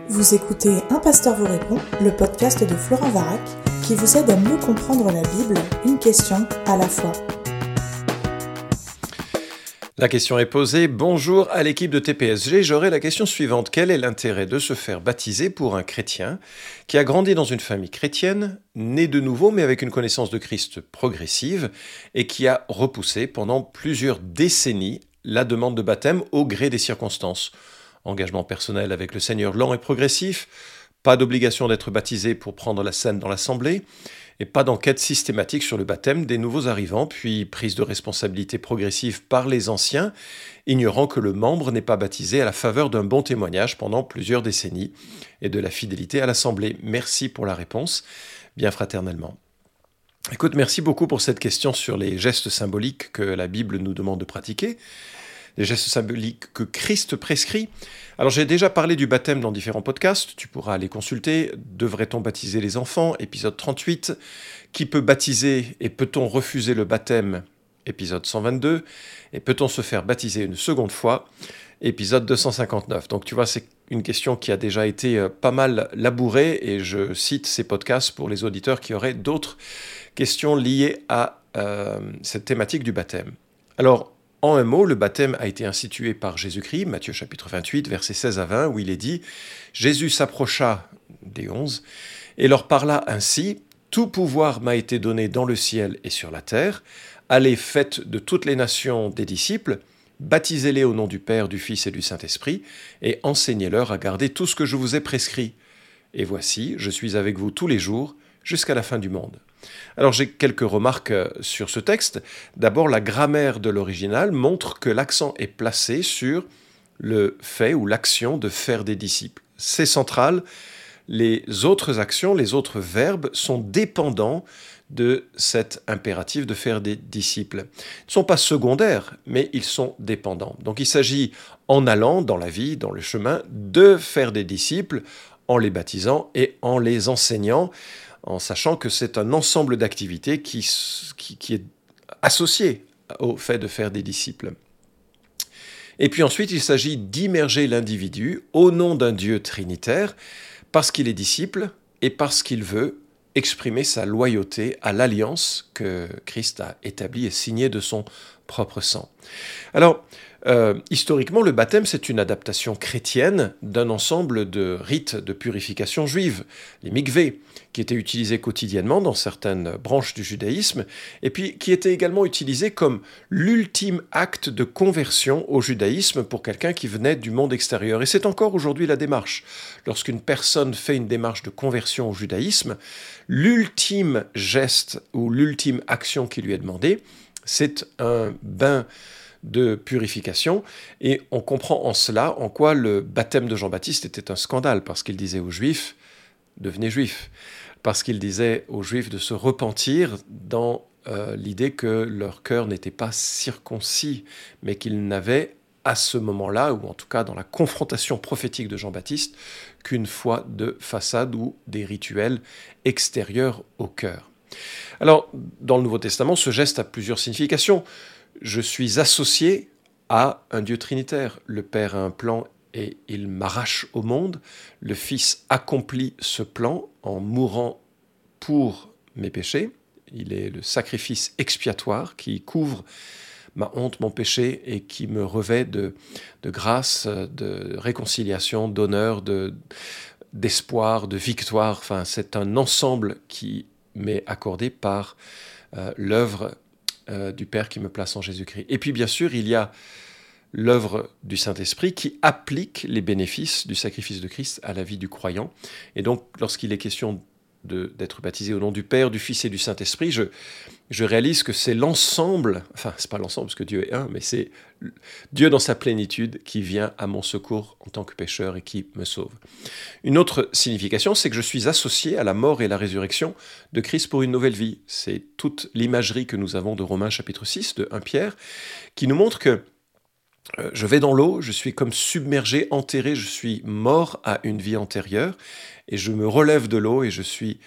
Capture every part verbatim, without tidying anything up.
Vous écoutez Un pasteur vous répond, le podcast de Florent Varac, qui vous aide à mieux comprendre la Bible, une question à la fois. La question est posée. Bonjour à l'équipe de T P S G. J'aurais la question suivante. Quel est l'intérêt de se faire baptiser pour un chrétien qui a grandi dans une famille chrétienne, né de nouveau mais avec une connaissance de Christ progressive et qui a repoussé pendant plusieurs décennies la demande de baptême au gré des circonstances? Engagement personnel avec le Seigneur lent et progressif, pas d'obligation d'être baptisé pour prendre la scène dans l'assemblée, et pas d'enquête systématique sur le baptême des nouveaux arrivants, puis prise de responsabilité progressive par les anciens, ignorant que le membre n'est pas baptisé à la faveur d'un bon témoignage pendant plusieurs décennies et de la fidélité à l'assemblée. Merci pour la réponse, bien fraternellement. Écoute, merci beaucoup pour cette question sur les gestes symboliques que la Bible nous demande de pratiquer. Les gestes symboliques que Christ prescrit. Alors j'ai déjà parlé du baptême dans différents podcasts, tu pourras aller consulter. Devrait-on baptiser les enfants? Épisode trente-huit. Qui peut baptiser et peut-on refuser le baptême? Épisode cent vingt-deux. Et peut-on se faire baptiser une seconde fois? Épisode deux cent cinquante-neuf. Donc tu vois, c'est une question qui a déjà été pas mal labourée et je cite ces podcasts pour les auditeurs qui auraient d'autres questions liées à euh, cette thématique du baptême. Alors, en un mot, le baptême a été institué par Jésus-Christ, Matthieu chapitre vingt-huit, versets seize à vingt, où il est dit « Jésus s'approcha des onze et leur parla ainsi « Tout pouvoir m'a été donné dans le ciel et sur la terre. Allez, faites de toutes les nations des disciples, baptisez-les au nom du Père, du Fils et du Saint-Esprit, et enseignez-leur à garder tout ce que je vous ai prescrit. Et voici, je suis avec vous tous les jours, jusqu'à la fin du monde. » Alors j'ai quelques remarques sur ce texte. D'abord, la grammaire de l'original montre que l'accent est placé sur le fait ou l'action de faire des disciples. C'est central. Les autres actions, les autres verbes sont dépendants de cet impératif de faire des disciples. Ils ne sont pas secondaires, mais ils sont dépendants. Donc il s'agit, en allant dans la vie, dans le chemin, de faire des disciples en les baptisant et en les enseignant, en sachant que c'est un ensemble d'activités qui, qui, qui est associé au fait de faire des disciples. Et puis ensuite, il s'agit d'immerger l'individu au nom d'un Dieu trinitaire, parce qu'il est disciple et parce qu'il veut exprimer sa loyauté à l'alliance que Christ a établie et signée de son propre sang. Alors, Euh, historiquement, le baptême, c'est une adaptation chrétienne d'un ensemble de rites de purification juive, les mikvés, qui étaient utilisés quotidiennement dans certaines branches du judaïsme, et puis qui étaient également utilisés comme l'ultime acte de conversion au judaïsme pour quelqu'un qui venait du monde extérieur. Et c'est encore aujourd'hui la démarche. Lorsqu'une personne fait une démarche de conversion au judaïsme, l'ultime geste ou l'ultime action qui lui est demandée, c'est un bain de purification, et on comprend en cela en quoi le baptême de Jean-Baptiste était un scandale, parce qu'il disait aux Juifs « devenez Juifs », parce qu'il disait aux Juifs de se repentir dans euh, l'idée que leur cœur n'était pas circoncis, mais qu'ils n'avaient à ce moment-là, ou en tout cas dans la confrontation prophétique de Jean-Baptiste, qu'une foi de façade ou des rituels extérieurs au cœur. Alors, dans le Nouveau Testament, ce geste a plusieurs significations. Je suis associé à un Dieu trinitaire. Le Père a un plan et il m'arrache au monde. Le Fils accomplit ce plan en mourant pour mes péchés. Il est le sacrifice expiatoire qui couvre ma honte, mon péché et qui me revêt de, de grâce, de réconciliation, d'honneur, de, d'espoir, de victoire. Enfin, c'est un ensemble qui m'est accordé par euh, l'œuvre Euh, du Père qui me place en Jésus-Christ. Et puis bien sûr, il y a l'œuvre du Saint-Esprit qui applique les bénéfices du sacrifice de Christ à la vie du croyant. Et donc, lorsqu'il est question de, d'être baptisé au nom du Père, du Fils et du Saint-Esprit, je, je réalise que c'est l'ensemble, enfin, c'est pas l'ensemble parce que Dieu est un, mais c'est Dieu dans sa plénitude qui vient à mon secours en tant que pécheur et qui me sauve. Une autre signification, c'est que je suis associé à la mort et la résurrection de Christ pour une nouvelle vie. C'est toute l'imagerie que nous avons de Romains chapitre six, de premier Pierre, qui nous montre que euh, je vais dans l'eau, je suis comme submergé, enterré, je suis mort à une vie antérieure, et je me relève de l'eau et je suis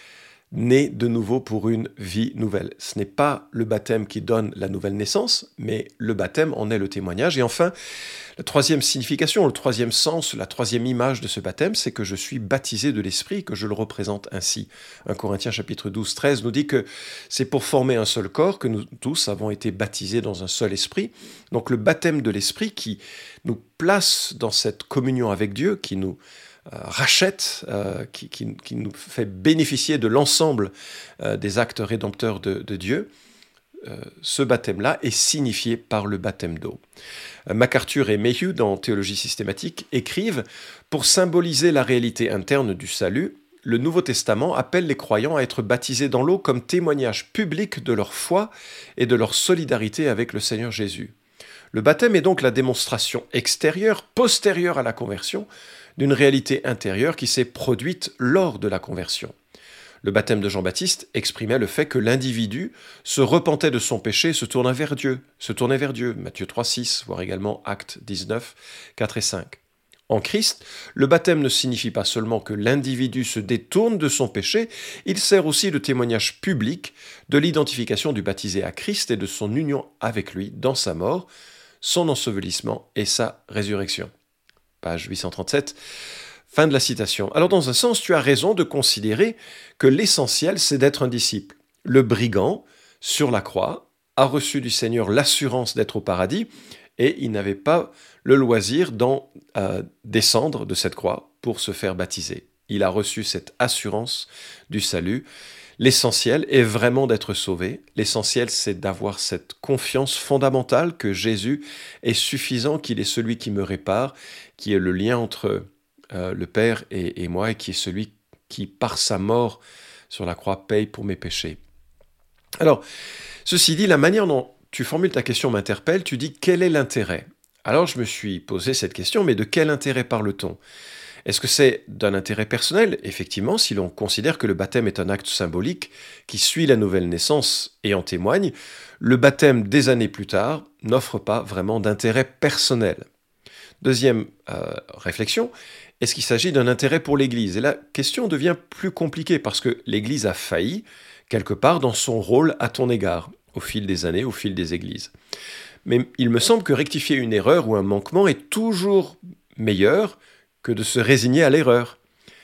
né de nouveau pour une vie nouvelle. Ce n'est pas le baptême qui donne la nouvelle naissance, mais le baptême en est le témoignage. Et enfin, la troisième signification, le troisième sens, la troisième image de ce baptême, c'est que je suis baptisé de l'Esprit, que je le représente ainsi. un Corinthiens chapitre douze, treize nous dit que c'est pour former un seul corps que nous tous avons été baptisés dans un seul esprit. Donc le baptême de l'Esprit qui nous place dans cette communion avec Dieu, qui nous Euh, rachète, euh, qui, qui, qui nous fait bénéficier de l'ensemble euh, des actes rédempteurs de, de Dieu, euh, ce baptême-là est signifié par le baptême d'eau. Euh, MacArthur et Mayhew, dans Théologie systématique, écrivent « Pour symboliser la réalité interne du salut, le Nouveau Testament appelle les croyants à être baptisés dans l'eau comme témoignage public de leur foi et de leur solidarité avec le Seigneur Jésus. Le baptême est donc la démonstration extérieure, postérieure à la conversion, d'une réalité intérieure qui s'est produite lors de la conversion. Le baptême de Jean-Baptiste exprimait le fait que l'individu se repentait de son péché et se tournait vers Dieu, se tournait vers Dieu, Matthieu trois, six, voire également Actes dix-neuf, quatre et cinq. En Christ, le baptême ne signifie pas seulement que l'individu se détourne de son péché, il sert aussi de témoignage public de l'identification du baptisé à Christ et de son union avec lui dans sa mort, son ensevelissement et sa résurrection. Page huit cent trente-sept, fin de la citation. Alors dans un sens, tu as raison de considérer que l'essentiel, c'est d'être un disciple. Le brigand, sur la croix, a reçu du Seigneur l'assurance d'être au paradis, et il n'avait pas le loisir d'en euh, descendre de cette croix pour se faire baptiser. Il a reçu cette assurance du salut. L'essentiel est vraiment d'être sauvé. L'essentiel, c'est d'avoir cette confiance fondamentale que Jésus est suffisant, qu'il est celui qui me répare, qui est le lien entre euh, le Père et, et moi, et qui est celui qui, par sa mort sur la croix, paye pour mes péchés. Alors, ceci dit, la manière dont tu formules ta question m'interpelle. Tu dis, quel est l'intérêt ? Alors, je me suis posé cette question, mais de quel intérêt parle-t-on ? Est-ce que c'est d'un intérêt personnel ? Effectivement, si l'on considère que le baptême est un acte symbolique qui suit la nouvelle naissance et en témoigne, le baptême des années plus tard n'offre pas vraiment d'intérêt personnel. Deuxième euh, réflexion, est-ce qu'il s'agit d'un intérêt pour l'Église ? Et la question devient plus compliquée parce que l'Église a failli quelque part dans son rôle à ton égard, au fil des années, au fil des Églises. Mais il me semble que rectifier une erreur ou un manquement est toujours meilleur que de se résigner à l'erreur.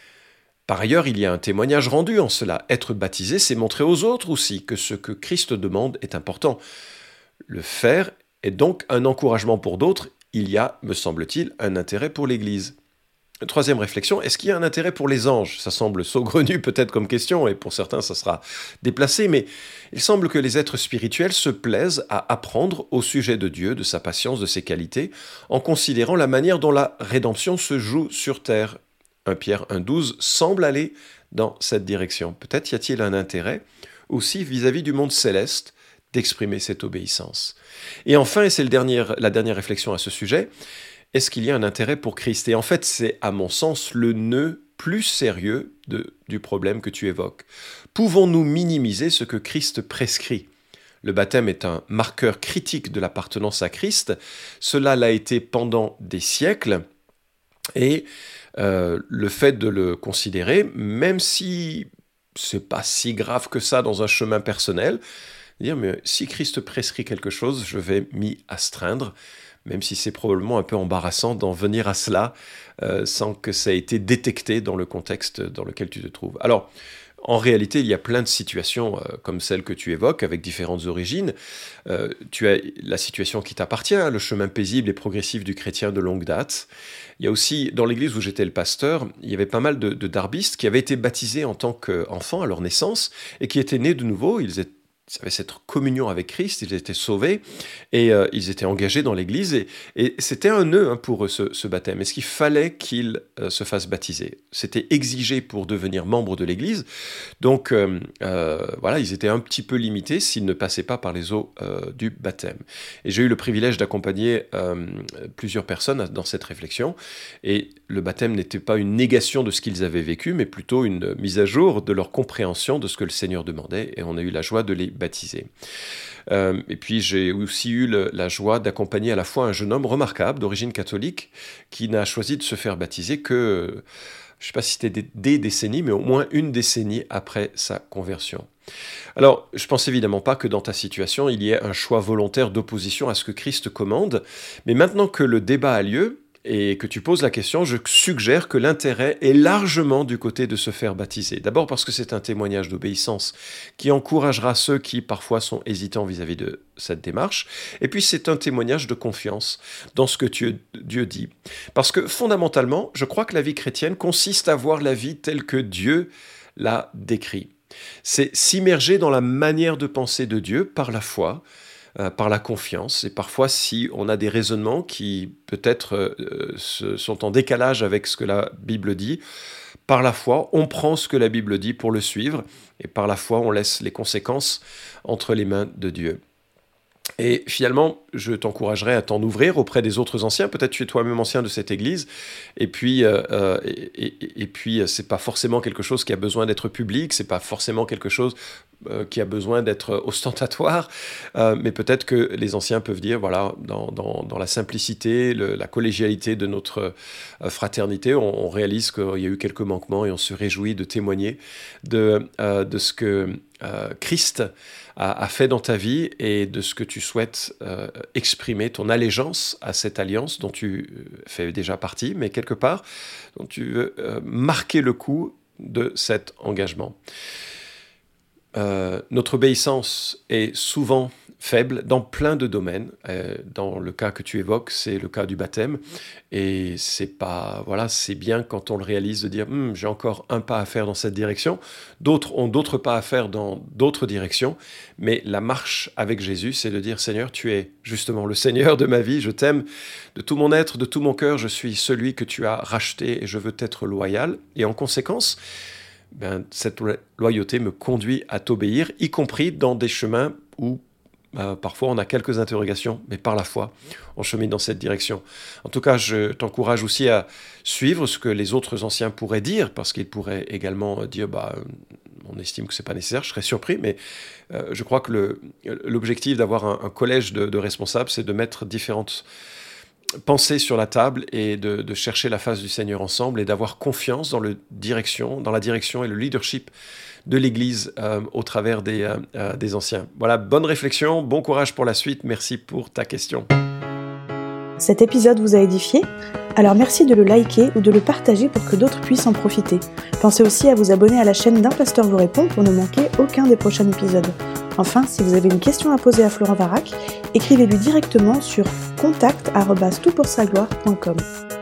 Par ailleurs, il y a un témoignage rendu en cela. Être baptisé, c'est montrer aux autres aussi que ce que Christ demande est important. Le faire est donc un encouragement pour d'autres. Il y a, me semble-t-il, un intérêt pour l'Église. Troisième réflexion, est-ce qu'il y a un intérêt pour les anges ? Ça semble saugrenu peut-être comme question, et pour certains ça sera déplacé, mais il semble que les êtres spirituels se plaisent à apprendre au sujet de Dieu, de sa patience, de ses qualités, en considérant la manière dont la rédemption se joue sur terre. premier Pierre un douze semble aller dans cette direction. Peut-être y a-t-il un intérêt aussi vis-à-vis du monde céleste d'exprimer cette obéissance. Et enfin, et c'est le dernier, la dernière réflexion à ce sujet, est-ce qu'il y a un intérêt pour Christ ? Et en fait, c'est à mon sens le nœud plus sérieux de, du problème que tu évoques. Pouvons-nous minimiser ce que Christ prescrit ? Le baptême est un marqueur critique de l'appartenance à Christ. Cela l'a été pendant des siècles. Et euh, le fait de le considérer, même si c'est pas si grave que ça dans un chemin personnel, dire mais si Christ prescrit quelque chose, je vais m'y astreindre, même si c'est probablement un peu embarrassant d'en venir à cela euh, sans que ça ait été détecté dans le contexte dans lequel tu te trouves. Alors, en réalité, il y a plein de situations euh, comme celle que tu évoques, avec différentes origines. Euh, tu as la situation qui t'appartient, hein, le chemin paisible et progressif du chrétien de longue date. Il y a aussi, dans l'église où j'étais le pasteur, il y avait pas mal de, de darbistes qui avaient été baptisés en tant qu'enfants à leur naissance et qui étaient nés de nouveau. Ils étaient Ils avaient cette communion avec Christ, ils étaient sauvés et euh, ils étaient engagés dans l'Église. Et, et c'était un nœud hein, pour eux, ce, ce baptême. Est-ce qu'il fallait qu'ils euh, se fassent baptiser ? C'était exigé pour devenir membre de l'Église. Donc euh, euh, voilà, ils étaient un petit peu limités s'ils ne passaient pas par les eaux euh, du baptême. Et j'ai eu le privilège d'accompagner euh, plusieurs personnes dans cette réflexion. Et le baptême n'était pas une négation de ce qu'ils avaient vécu, mais plutôt une mise à jour de leur compréhension de ce que le Seigneur demandait. Et on a eu la joie de les baptisé. Euh, et puis j'ai aussi eu le, la joie d'accompagner à la fois un jeune homme remarquable d'origine catholique qui n'a choisi de se faire baptiser que je ne sais pas si c'était des, des décennies, mais au moins une décennie après sa conversion. Alors, je ne pense évidemment pas que dans ta situation, il y ait un choix volontaire d'opposition à ce que Christ commande, mais maintenant que le débat a lieu, et que tu poses la question, je suggère que l'intérêt est largement du côté de se faire baptiser. D'abord parce que c'est un témoignage d'obéissance qui encouragera ceux qui parfois sont hésitants vis-à-vis de cette démarche. Et puis c'est un témoignage de confiance dans ce que Dieu, Dieu dit. Parce que fondamentalement, je crois que la vie chrétienne consiste à voir la vie telle que Dieu l'a décrit. C'est s'immerger dans la manière de penser de Dieu par la foi, Euh, par la confiance, et parfois si on a des raisonnements qui peut-être euh, se, sont en décalage avec ce que la Bible dit, par la foi, on prend ce que la Bible dit pour le suivre, et par la foi, on laisse les conséquences entre les mains de Dieu. Et finalement, je t'encouragerais à t'en ouvrir auprès des autres anciens. Peut-être tu es toi-même ancien de cette église, et puis, euh, et, et, et puis c'est pas forcément quelque chose qui a besoin d'être public, c'est pas forcément quelque chose euh, qui a besoin d'être ostentatoire, euh, mais peut-être que les anciens peuvent dire, voilà, dans, dans, dans la simplicité, le, la collégialité de notre euh, fraternité, on, on réalise qu'il y a eu quelques manquements et on se réjouit de témoigner de, euh, de ce que euh, Christ a, a fait dans ta vie et de ce que tu souhaites euh, exprimer, ton allégeance à cette alliance dont tu fais déjà partie, mais quelque part, dont tu veux euh, marquer le coup de cet engagement. Euh, notre obéissance est souvent faible dans plein de domaines. Euh, dans le cas que tu évoques, c'est le cas du baptême. Et c'est pas, voilà, c'est bien quand on le réalise de dire hm, j'ai encore un pas à faire dans cette direction. D'autres ont d'autres pas à faire dans d'autres directions. Mais la marche avec Jésus, c'est de dire Seigneur, tu es justement le Seigneur de ma vie. Je t'aime de tout mon être, de tout mon cœur. Je suis celui que tu as racheté et je veux t'être loyal. Et en conséquence, ben, cette loyauté me conduit à t'obéir, y compris dans des chemins où euh, parfois on a quelques interrogations, mais par la foi, on chemine dans cette direction. En tout cas, je t'encourage aussi à suivre ce que les autres anciens pourraient dire, parce qu'ils pourraient également dire, bah, on estime que ce n'est pas nécessaire, je serais surpris, mais euh, je crois que le, l'objectif d'avoir un, un collège de, de responsables, c'est de mettre différentes penser sur la table et de, de chercher la face du Seigneur ensemble et d'avoir confiance dans, le direction, dans la direction et le leadership de l'Église euh, au travers des, euh, des anciens. Voilà, bonne réflexion, bon courage pour la suite, merci pour ta question. Cet épisode vous a édifié ? Alors merci de le liker ou de le partager pour que d'autres puissent en profiter. Pensez aussi à vous abonner à la chaîne d'Un Pasteur vous répond pour ne manquer aucun des prochains épisodes. Enfin, si vous avez une question à poser à Florent Varac, écrivez-lui directement sur contact arobase tout pour sa gloire point com.